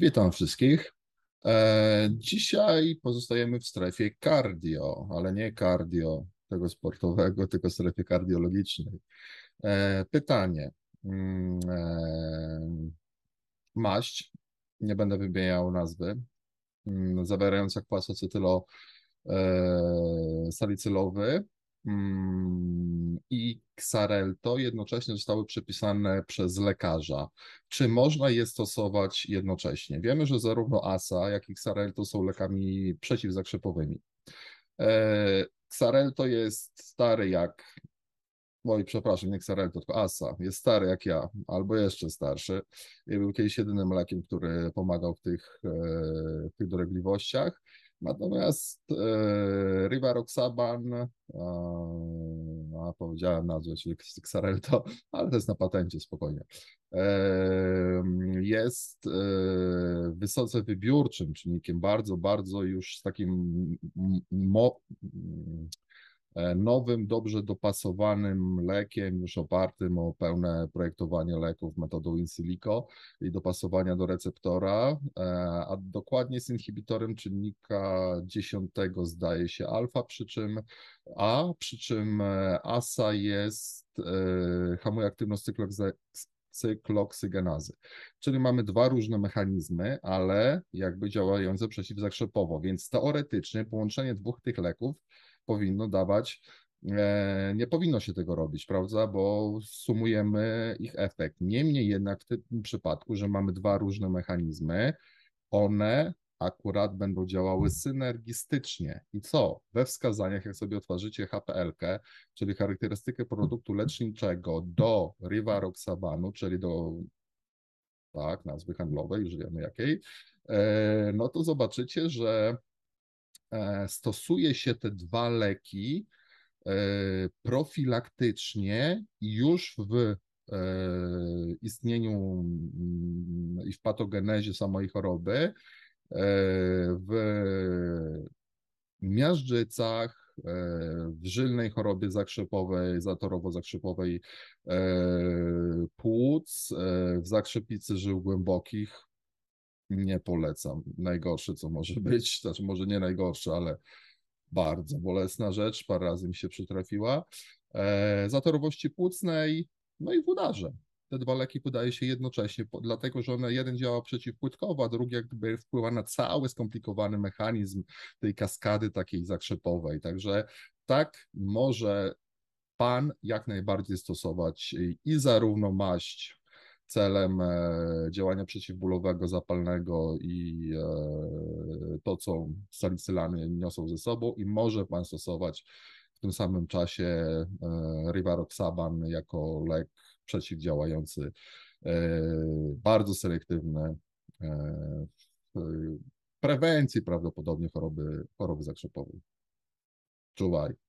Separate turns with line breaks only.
Witam wszystkich. Dzisiaj pozostajemy w strefie cardio, ale nie cardio tego sportowego, tylko w strefie kardiologicznej. Pytanie. Maść, nie będę wymieniał nazwy, zawierająca kwas salicylowy i Xarelto jednocześnie zostały przepisane przez lekarza. Czy można je stosować jednocześnie? Wiemy, że zarówno ASA, jak i Xarelto są lekami przeciwzakrzepowymi. Xarelto jest stary jak, oj, przepraszam, nie Xarelto, tylko ASA, jest stary jak ja, albo jeszcze starszy. I był kiedyś jedynym lekiem, który pomagał w tych dolegliwościach. Natomiast Rivaroxaban, powiedziałem nazwę, czyli Xarelto, ale to jest na patencie, spokojnie, jest wysoce wybiórczym czynnikiem, bardzo, bardzo już z takim nowym, dobrze dopasowanym lekiem, już opartym o pełne projektowanie leków metodą in silico i dopasowania do receptora, a dokładnie z inhibitorem czynnika 10, zdaje się, alfa, przy czym ASA hamuje aktywność cykloksygenazy. Czyli mamy dwa różne mechanizmy, ale jakby działające przeciwzakrzepowo, więc teoretycznie połączenie dwóch tych leków powinno dawać, nie powinno się tego robić, prawda, bo sumujemy ich efekt. Niemniej jednak w tym przypadku, że mamy dwa różne mechanizmy, one akurat będą działały synergistycznie. I co? We wskazaniach, jak sobie otworzycie HPL-kę, czyli charakterystykę produktu leczniczego do Rivaroxabanu, czyli do tak, nazwy handlowej, już wiemy jakiej, no to zobaczycie, że stosuje się te dwa leki profilaktycznie już w istnieniu i w patogenezie samej choroby, w miażdżycach, w żylnej chorobie zakrzepowej, zatorowo-zakrzepowej płuc, w zakrzepicy żył głębokich. Nie polecam. Najgorsze, co może być, znaczy może nie najgorsze, ale bardzo bolesna rzecz, parę razy mi się przytrafiła. Zatorowości płucnej, no i w udarze. Te dwa leki podaje się jednocześnie, dlatego że jeden działa przeciwpłytkowo, a drugi jakby wpływa na cały skomplikowany mechanizm tej kaskady takiej zakrzepowej. Także tak może pan jak najbardziej stosować i zarówno maść celem działania przeciwbólowego, zapalnego i to, co salicylany niosą ze sobą, i może pan stosować w tym samym czasie Rivaroxaban jako lek przeciwdziałający, bardzo selektywny w prewencji prawdopodobnie choroby zakrzepowej. Czuwaj.